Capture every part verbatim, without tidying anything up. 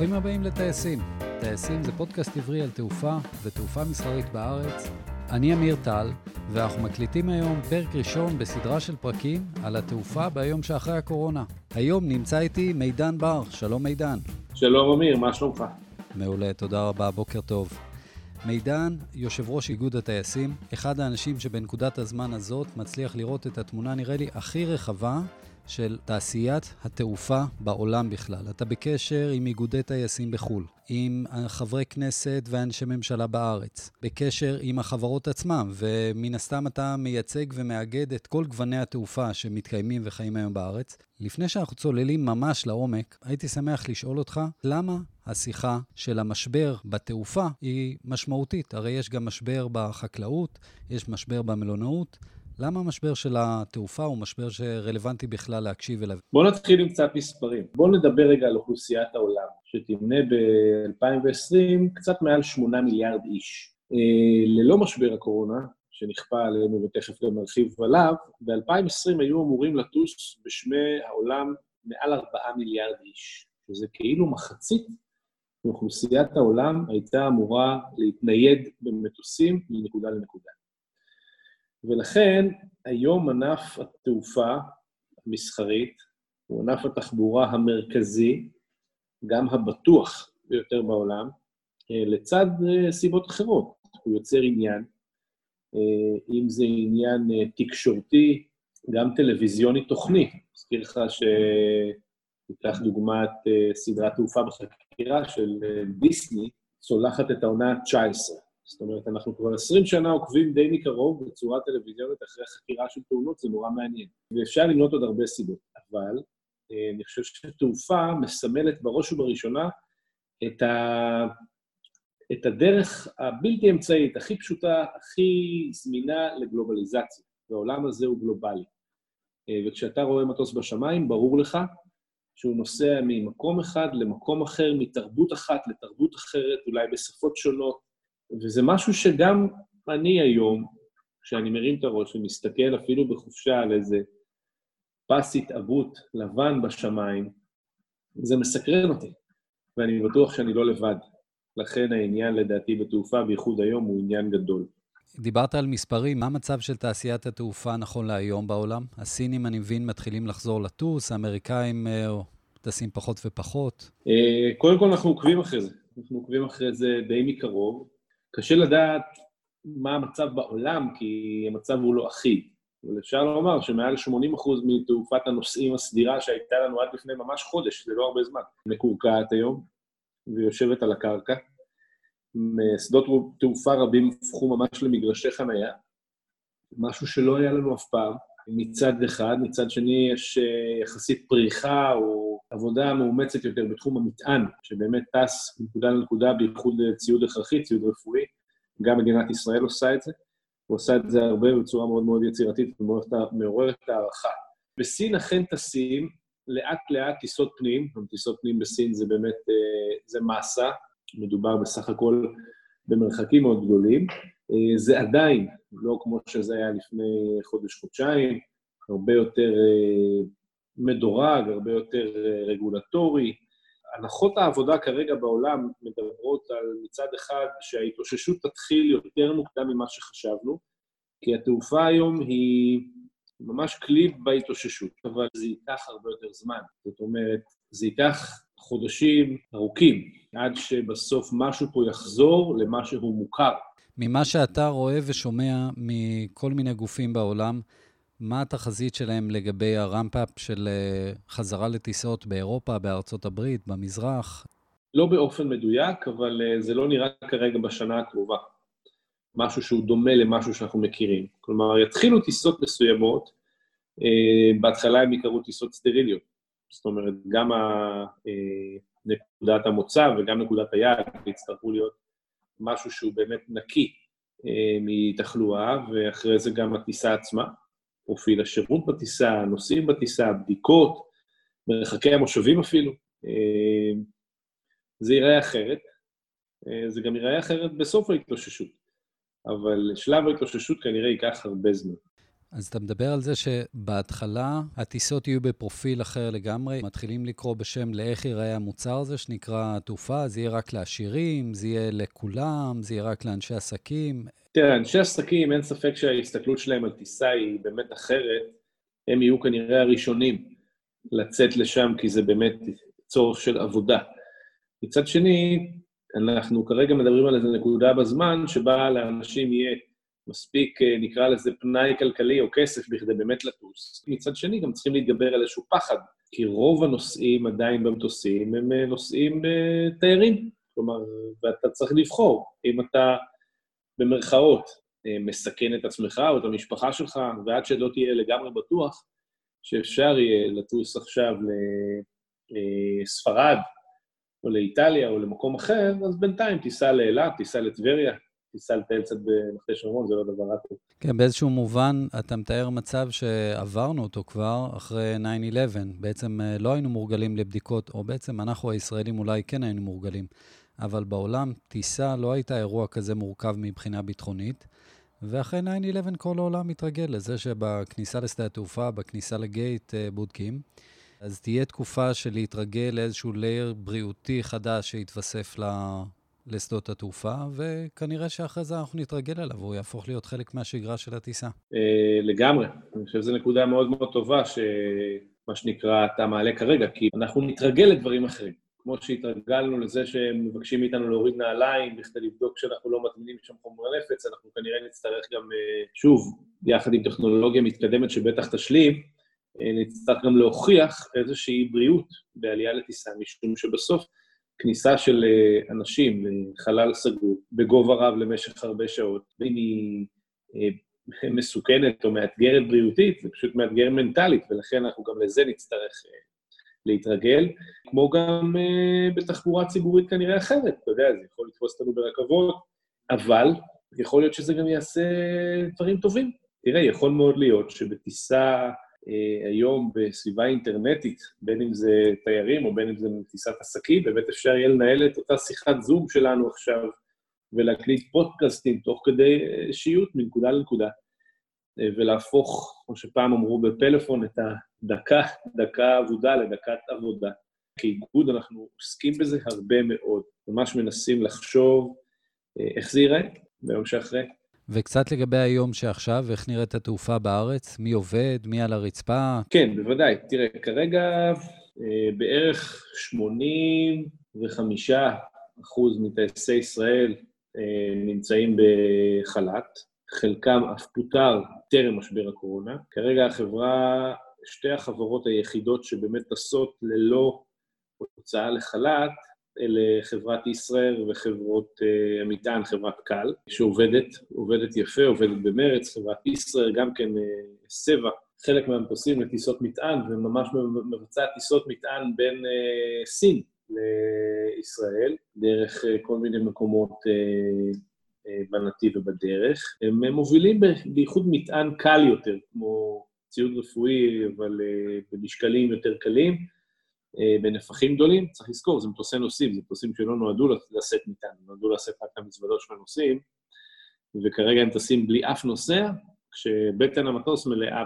ברוכים הבאים לטייסים. טייסים זה פודקאסט עברי על תעופה ותעופה מסחרית בארץ. אני אמיר טל, ואנחנו מקליטים היום פרק ראשון בסדרה של פרקים על התעופה ביום שאחרי הקורונה. היום נמצא איתי מידן בר. שלום מידן. שלום אמיר, מה שלומך? מעולה, תודה רבה, בוקר טוב. מידן, יושב ראש איגוד הטייסים, אחד האנשים שבנקודת הזמן הזאת מצליח לראות את התמונה, נראה לי, הכי רחבה של תעשיית התעופה בעולם בכלל. אתה בקשר עם איגודי טייסים בחול, עם חברי כנסת ואנשי ממשלה בארץ, בקשר עם החברות עצמם, ומן הסתם אתה מייצג ומאגד את כל גווני התעופה שמתקיימים וחיים היום בארץ. לפני שאנחנו צוללים ממש לעומק, הייתי שמח לשאול אותך, למה השיחה של המשבר בתעופה היא משמעותית? הרי יש גם משבר בחקלאות, יש משבר במלונאות. למה המשבר של התעופה הוא משבר שרלוונטי בכלל להקשיב אליו? בואו נתחיל עם קצת מספרים. בואו נדבר רגע על אוכלוסיית העולם, שתמנה ב-אלפיים ועשרים קצת מעל שמונה מיליארד איש. ללא משבר הקורונה, שנכפה עלינו ותכף גם נרחיב עליו, ב-אלפיים ועשרים היו אמורים לטוס בשמי העולם מעל ארבעה מיליארד איש, שזה כאילו מחצית מאוכלוסיית העולם הייתה אמורה להתנייד במטוסים מנקודה לנקודה. ולכן היום ענף התעופה המסחרית הוא ענף התחבורה המרכזי, גם הבטוח ביותר בעולם, לצד סיבות אחרות. הוא יוצר עניין, אם זה עניין תקשורתי, גם טלוויזיוני תוכני. אזכיר לך שתיקח דוגמת סדרת תעופה בחקירה של דיסני, צולחת את העונה תשע עשרה. זאת אומרת, אנחנו כבר עשרים שנה עוקבים די מקרוב בצורה טלוויזיונית אחרי חקירה של תאונות, זה נורא מעניין. ואפשר למנות עוד הרבה סיבות, אבל אני חושב שתעופה מסמלת בראש ובראשונה את, ה... את הדרך הבלתי אמצעית, הכי פשוטה, הכי זמינה לגלובליזציה. והעולם הזה הוא גלובלי. וכשאתה רואה מטוס בשמיים, ברור לך שהוא נוסע ממקום אחד למקום אחר, מתרבות אחת לתרבות אחרת, אולי בשפות שונות, וזה משהו שגם אני היום, כשאני מרים את הראש ומסתכל אפילו בחופשה על איזה פס התאבות לבן בשמיים, זה מסקרן אותי, ואני בטוח שאני לא לבד. לכן העניין לדעתי בתעופה בייחוד היום הוא עניין גדול. דיברת על מספרים, מה המצב של תעשיית התעופה נכון להיום בעולם? הסינים, אני מבין, מתחילים לחזור לטוס, האמריקאים טסים פחות ופחות. קודם כל אנחנו עוקבים אחרי זה, אנחנו עוקבים אחרי זה די מקרוב, קשה לדעת מה המצב בעולם, כי המצב הוא לא אחיד. אבל אפשר לומר שמעל שמונים אחוז מתעופת הנוסעים הסדירה שהייתה לנו עד לפני ממש חודש, זה לא הרבה זמן, מקורקעת היום, ויושבת על הקרקע. שדות תעופה רבים הפכו ממש למגרשי חנייה, משהו שלא היה לנו אף פעם. מצד אחד, מצד שני יש יחסית פריחה או עבודה מאומצת יותר בתחום המטען, שבאמת טס מנקודה לנקודה בייחוד ציוד הכרחי, ציוד רפואי, גם מדינת ישראל עושה את זה, הוא עושה את זה הרבה בצורה מאוד מאוד יצירתית ומעוררת הערכה. בסין אכן טסים לאט לאט טיסות פנים, טיסות פנים בסין זה באמת, זה מסע, מדובר בסך הכל במרחקים מאוד גדולים, זה עדיין לא כמו שזה היה לפני חודש-חודשיים, הרבה יותר מדורג, הרבה יותר רגולטורי. הנחות העבודה כרגע בעולם מדברות על מצד אחד שההתאוששות תתחיל יותר מוקדם ממה שחשבנו, כי התעופה היום היא ממש כלי בהתאוששות, אבל זה ייקח הרבה יותר זמן. זאת אומרת, זה ייקח חודשים ארוכים, עד שבסוף משהו פה יחזור למה שהוא מוכר. ממה שאתה רואה ושומע מכל מיני גופים בעולם, מה התחזית שלהם לגבי הרמפ-אפ של חזרה לטיסות באירופה, בארצות הברית, במזרח? לא באופן מדויק, אבל זה לא נראה כרגע בשנה הקרובה. משהו שהוא דומה למשהו שאנחנו מכירים. כלומר, יתחילו טיסות מסוימות, בהתחלה הם יקראו טיסות סטריליות. זאת אומרת, גם נקודת המוצא וגם נקודת היעד יצטרכו להיות משהו שהוא באמת נקי מתחלואה, ואחרי זה גם הטיסה עצמה, פרופיל השירות בטיסה, נוסעים בטיסה, בדיקות, מרחקי המושבים אפילו. זה ייראה אחרת, זה גם ייראה אחרת בסוף ההתאוששות, אבל שלב ההתאוששות כנראה ייקח הרבה זמן. אז אתה מדבר על זה שבהתחלה הטיסות יהיו בפרופיל אחר לגמרי, מתחילים לקרוא בשם לאיך ייראה המוצר הזה שנקרא תעופה, זה יהיה רק לעשירים, זה יהיה לכולם, זה יהיה רק לאנשי עסקים. תראה, אנשי עסקים, אין ספק שההסתכלות שלהם על טיסה היא באמת אחרת, הם יהיו כנראה הראשונים לצאת לשם, כי זה באמת צורך של עבודה. מצד שני, אנחנו כרגע מדברים על איזו נקודה בזמן, שבה לאנשים יהיה מספיק, נקרא לזה פנאי כלכלי או כסף, בכדי באמת לטוס. מצד שני, גם צריכים להתגבר על איזשהו פחד, כי רוב הנוסעים עדיין במטוסים הם נוסעים תיירים. כלומר, ואתה צריך לבחור, אם אתה במרכאות מסכן את עצמך או את המשפחה שלך, ועד שלא תהיה לגמרי בטוח, שאפשר יהיה לטוס עכשיו לספרד, או לאיטליה, או למקום אחר, אז בינתיים תיסע לאילת, תיסע לטבריה, תיסע לטייל קצת במחנה שומרון, זה לא דבר רע. כן, באיזשהו מובן, אתה מתאר מצב שעברנו אותו כבר אחרי נאין אלוון. בעצם לא היינו מורגלים לבדיקות, או בעצם אנחנו הישראלים אולי כן היינו מורגלים, אבל בעולם טיסה לא הייתה אירוע כזה מורכב מבחינה ביטחונית, ואחרי נאין אלוון כל העולם מתרגל לזה שבכניסה לשדה התעופה, בכניסה לגייט בודקים, אז תהיה תקופה של להתרגל לאיזשהו לייר בריאותי חדש שיתווסף לשדות התעופה, וכנראה שאחרי זה אנחנו נתרגל עליו, והוא יהפוך להיות חלק מהשגרה של הטיסה. לגמרי. אני חושב שזו נקודה מאוד מאוד טובה, שמה שנקרא, אתה מעלה כרגע, כי אנחנו נתרגל לדברים אחרים. כמו שהתרגלנו לזה שהם מבקשים מאיתנו להוריד נעליים, בכדי לבדוק שאנחנו לא מטמינים שם חומר נפץ, אנחנו כנראה נצטרך גם, שוב, יחד עם טכנולוגיה מתקדמת שבטח תשלים, נצטרך גם להוכיח איזושהי בריאות בעלייה לטיסה, משום שבסוף כניסה של אנשים לחלל סגור, בגובה רב למשך הרבה שעות, ואם היא מסוכנת או מאתגרת בריאותית, זה פשוט מאתגר מנטלית, ולכן אנחנו גם לזה נצטרך להתרגל, כמו גם בתחבורה ציבורית כנראה אחרת, אתה יודע, זה יכול לתפוס אותנו ברכבות, אבל יכול להיות שזה גם יעשה דברים טובים. תראה, יכול מאוד להיות שבטיסה היום בסביבה אינטרנטית, בין אם זה תיירים או בין אם זה טיסת עסקים, באמת אפשר יהיה לנהל את אותה שיחת זום שלנו עכשיו, ולהקליט פודקאסטים תוך כדי שיעות מנקודה לנקודה, ולהפוך, כמו שפעם אמרו בפלאפון, את הדקה, דקה עבודה לדקת עבודה. כאיגוד אנחנו עוסקים בזה הרבה מאוד, ממש מנסים לחשוב איך זה ייראה ביום שאחרי. וקצת לגבי היום שעכשיו, איך נראית התעופה בארץ? מי עובד? מי על הרצפה? כן, בוודאי. תראה, כרגע בערך שמונים וחמישה אחוז מטייסי ישראל נמצאים בחל"ת, חלקם אף פוטר טרם משבר הקורונה. כרגע החברה, שתי החברות היחידות שבאמת טסות ללא הוצאה לחל"ת, אלה חברת ישראל וחברות uh, המטען, חברת קל, שעובדת, עובדת יפה, עובדת במרץ, חברת ישראל, גם כן uh, סבע, חלק מהמטוסים לטיסות מטען, וממש מבצע טיסות מטען בין uh, סין לישראל, דרך uh, כל מיני מקומות uh, uh, בנתיב ובדרך. הם uh, מובילים בייחוד מטען קל יותר, כמו ציוד רפואי, אבל uh, במשקלים יותר קלים, בנפחים גדולים, צריך לזכור, זה מטוסי נוסעים, זה מטוסים שלא נועדו לשאת מטען, נועדו לשאת רק המזוודות של הנוסעים, וכרגע הם טסים בלי אף נוסע, כשבטן המטוס מלאה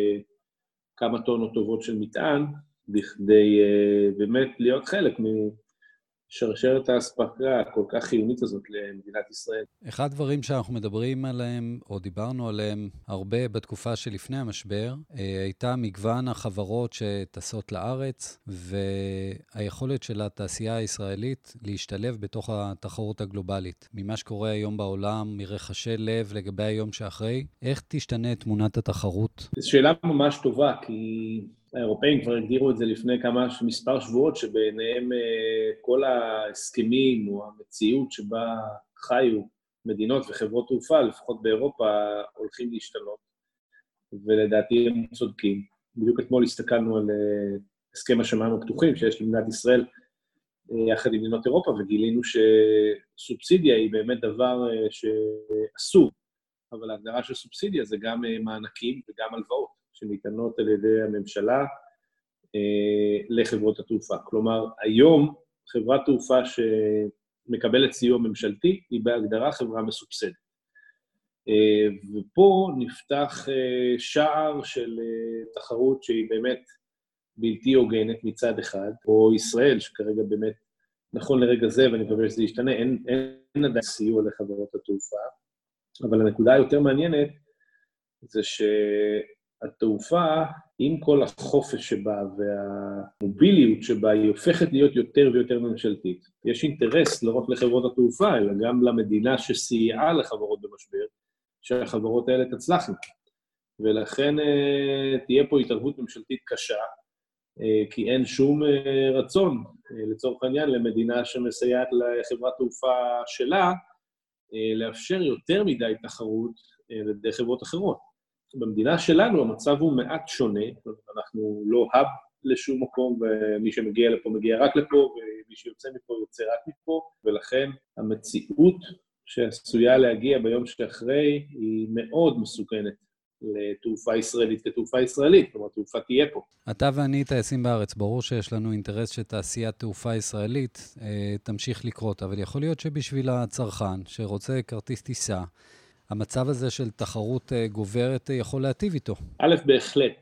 בכמה טונות טובות של מטען, בכדי באמת להיות חלק משרשרת האספקה הכל כך חיונית הזאת למדינת ישראל. אחד הדברים שאנחנו מדברים עליהם, או דיברנו עליהם הרבה בתקופה שלפני המשבר, הייתה מגוון החברות שטסות לארץ, והיכולת של התעשייה הישראלית להשתלב בתוך התחרות הגלובלית. ממה שקורה היום בעולם, מרחשי לב לגבי היום שאחרי, איך תשתנה תמונת התחרות? זו שאלה ממש טובה, כי האירופאים כבר הגדירו את זה לפני כמה מספר שבועות, שביניהם כל ההסכמים או המציאות שבה חיו מדינות וחברות תעופה, לפחות באירופה, הולכים להשתנות, ולדעתי הם צודקים. בדיוק אתמול הסתכלנו על הסכם השמיים הפתוחים שיש למדינת ישראל יחד עם מדינות אירופה, וגילינו שסובסידיה היא באמת דבר שאסור, אבל ההגדרה של סובסידיה זה גם מענקים וגם הלוואות. שניתנות על ידי הממשלה אה, לחברות התעופה. כלומר, היום חברת תעופה שמקבלת סיוע ממשלתי, היא בהגדרה חברה מסובסדת. ופה נפתח שער של תחרות שהיא באמת בלתי הוגנת מצד אחד, או ישראל, שכרגע באמת נכון לרגע זה, ואני מקווה שזה ישתנה, אין, אין עדיין סיוע לחברות התעופה, אבל הנקודה היותר מעניינת זה שהתעופה, עם כל החופש שבה והמוביליות שבה, היא הופכת להיות יותר ויותר ממשלתית. יש אינטרס לא רק לחברות התעופה, אלא גם למדינה שסייעה לחברות במשבר, שהחברות האלה תצלחנו. ולכן תהיה פה התערבות ממשלתית קשה, כי אין שום רצון, לצורך העניין, למדינה שמסייעת לחברת תעופה שלה, לאפשר יותר מדי תחרות לידי חברות אחרות. במדינה שלנו המצב הוא מעט שונה, אנחנו לא האב לשום מקום, ומי שמגיע לפה מגיע רק לפה, ומי שיוצא מפה יוצא רק מפה, ולכן המציאות שעשויה להגיע ביום שאחרי היא מאוד מסוכנת לתעופה ישראלית כתעופה ישראלית, כלומר, תעופה תהיה פה. אתה ואני טייסים בארץ, ברור שיש לנו אינטרס שתעשיית תעופה ישראלית אה, תמשיך לקרות, אבל יכול להיות שבשביל הצרכן שרוצה כרטיס טיסה, המצב הזה של תחרות אה, גוברת אה, יכול להטיב איתו. א', בהחלט.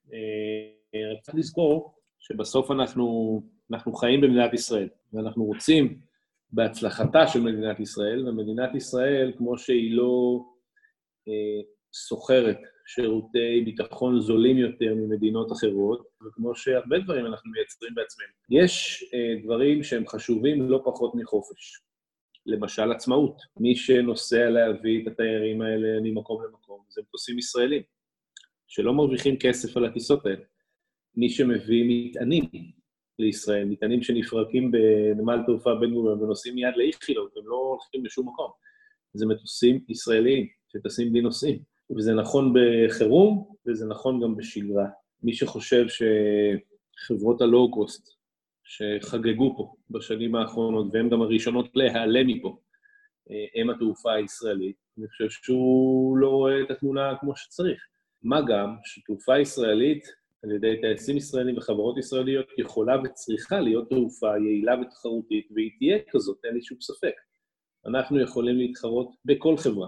אה, רק צריך לזכור שבסוף אנחנו, אנחנו חיים במדינת ישראל, ואנחנו רוצים בהצלחתה של מדינת ישראל, ומדינת ישראל, כמו שהיא לא אה, סוחרת, שירותי ביטחון זולים יותר ממדינות אחרות, וכמו שהרבה דברים אנחנו מייצרים בעצמנו. יש אה, דברים שהם חשובים לא פחות מחופש. למשל עצמאות. מי שנוסע להביא את התיירים האלה ממקום למקום, זה מטוסים ישראלים, שלא מרוויחים כסף על הטיסות האלה. מי שמביא מטענים לישראל, מטענים שנפרקים בנמל תעופה בן-גוריון ונוסעים מיד לאיכילוב, הם לא הולכים לשום מקום. זה מטוסים ישראלים שטסים בלי נוסעים. וזה נכון בחירום, וזה נכון גם בשגרה. מי שחושב שחברות הלואו-קוסט, שחגגו פה בשנים האחרונות, והן גם הראשונות להיעלם מפה, הם התעופה הישראלית, אני חושב שהוא לא רואה את התמונה כמו שצריך. מה גם שתעופה ישראלית, על ידי טייסים ישראלים וחברות ישראליות, יכולה וצריכה להיות תעופה יעילה ותחרותית, והיא תהיה כזאת, אין לי שום ספק. אנחנו יכולים להתחרות בכל חברה.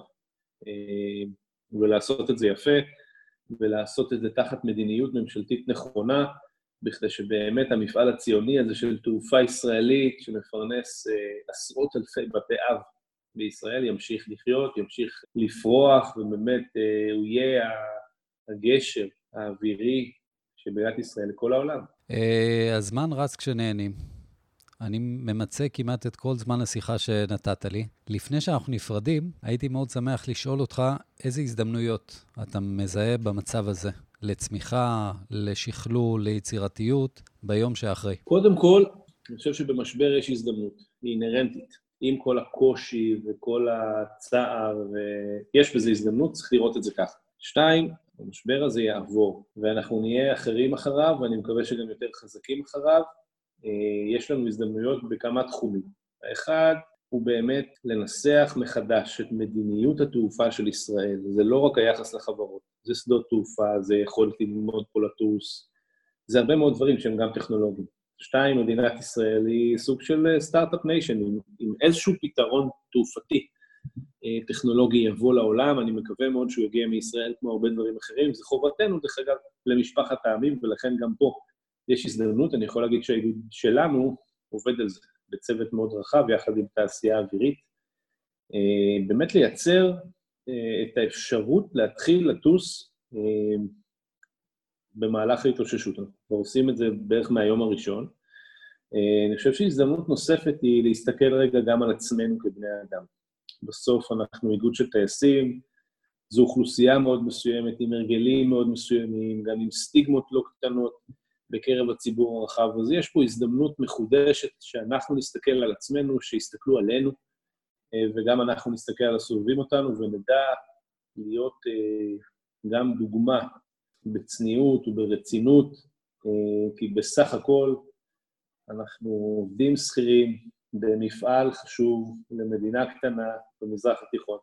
ולעשות את זה יפה, ולעשות את זה תחת מדיניות ממשלתית נכונה, בכדי שבאמת המפעל הציוני הזה של תעופה ישראלית, שמפרנס אה, עשרות אלפי בתי אב בישראל, ימשיך לחיות, ימשיך לפרוח, ובאמת אה, הוא יהיה הגשר האווירי של מדינת ישראל לכל העולם. הזמן רץ כשנהנים. אני ממצא כמעט את כל זמן השיחה שנתת לי. לפני שאנחנו נפרדים, הייתי מאוד שמח לשאול אותך איזה הזדמנויות אתה מזהה במצב הזה, לצמיחה, לשכלול, ליצירתיות, ביום שאחרי. קודם כל, אני חושב שבמשבר יש הזדמנות, היא אינרנטית. עם כל הקושי וכל הצער, ויש בזה הזדמנות, צריך לראות את זה ככה. שתיים, המשבר הזה יעבור, ואנחנו נהיה אחרים אחריו, ואני מקווה שגם יותר חזקים אחריו, יש לנו הזדמנויות בכמה תחומים. האחד הוא באמת לנסח מחדש את מדיניות התעופה של ישראל. זה לא רק היחס לחברות, זה שדות תעופה, זה יכולת ללמוד פה לטוס, זה הרבה מאוד דברים שהם גם טכנולוגיים. שתיים, מדינת ישראל היא סוג של סטארט-אפ ניישן, עם, עם איזשהו פתרון תעופתי טכנולוגי יבוא לעולם, אני מקווה מאוד שהוא יגיע מישראל כמו הרבה דברים אחרים, זה חובתנו, דרך אגב, למשפחת העמים, ולכן גם פה יש הזדמנות, אני יכול להגיד שהאיגוד שלנו עובד על זה, בצוות מאוד רחב, יחד עם תעשייה אווירית, באמת לייצר את האפשרות להתחיל לטוס במהלך ההתאוששות. אנחנו עושים את זה בערך מהיום הראשון. אני חושב שהזדמנות נוספת היא להסתכל רגע גם על עצמנו כבני האדם. בסוף אנחנו איגוד של טייסים, זו אוכלוסייה מאוד מסוימת, עם הרגלים מאוד מסוימים, גם עם סטיגמות לא קטנות בקרב הציבור הרחב. אז יש פה הזדמנות מחודשת שאנחנו נסתכל על עצמנו, שיסתכלו עלינו, וגם אנחנו נסתכל על הסובבים אותנו, ונדע להיות גם דוגמה בצניעות וברצינות, כי בסך הכל אנחנו עובדים שכירים במפעל חשוב למדינה קטנה במזרח התיכון.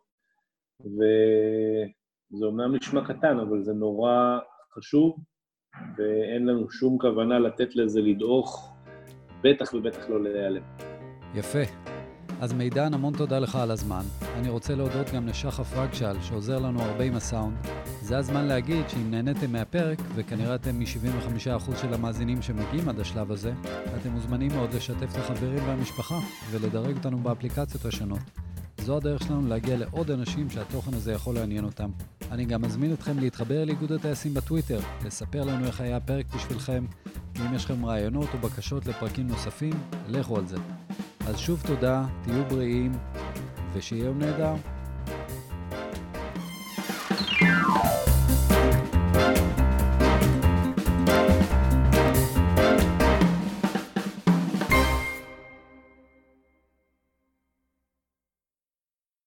וזה אומנם נשמע קטן, אבל זה נורא חשוב, ואין לנו שום כוונה לתת לזה לדעוך, בטח ובטח לא להיעלם. יפה. אז מידן, המון תודה לך על הזמן. אני רוצה להודות גם לשחף רגשל, שעוזר לנו הרבה עם הסאונד. זה הזמן להגיד שאם נהניתם מהפרק, וכנראה אתם מ-שבעים וחמישה אחוז של המאזינים שמגיעים עד השלב הזה, אתם מוזמנים מאוד לשתף את החברים והמשפחה, ולדרג אותנו באפליקציות השונות. זו הדרך שלנו להגיע לעוד אנשים שהתוכן הזה יכול לעניין אותם. אני גם מזמין אתכם להתחבר לאיגוד הטייסים בטוויטר, לספר לנו איך היה הפרק בשבילכם, ואם יש לכם רעיונות או בקשות לפרקים נוספים, לכו על זה. אז שוב תודה, תהיו בריאים, ושיהיה יום נהדר.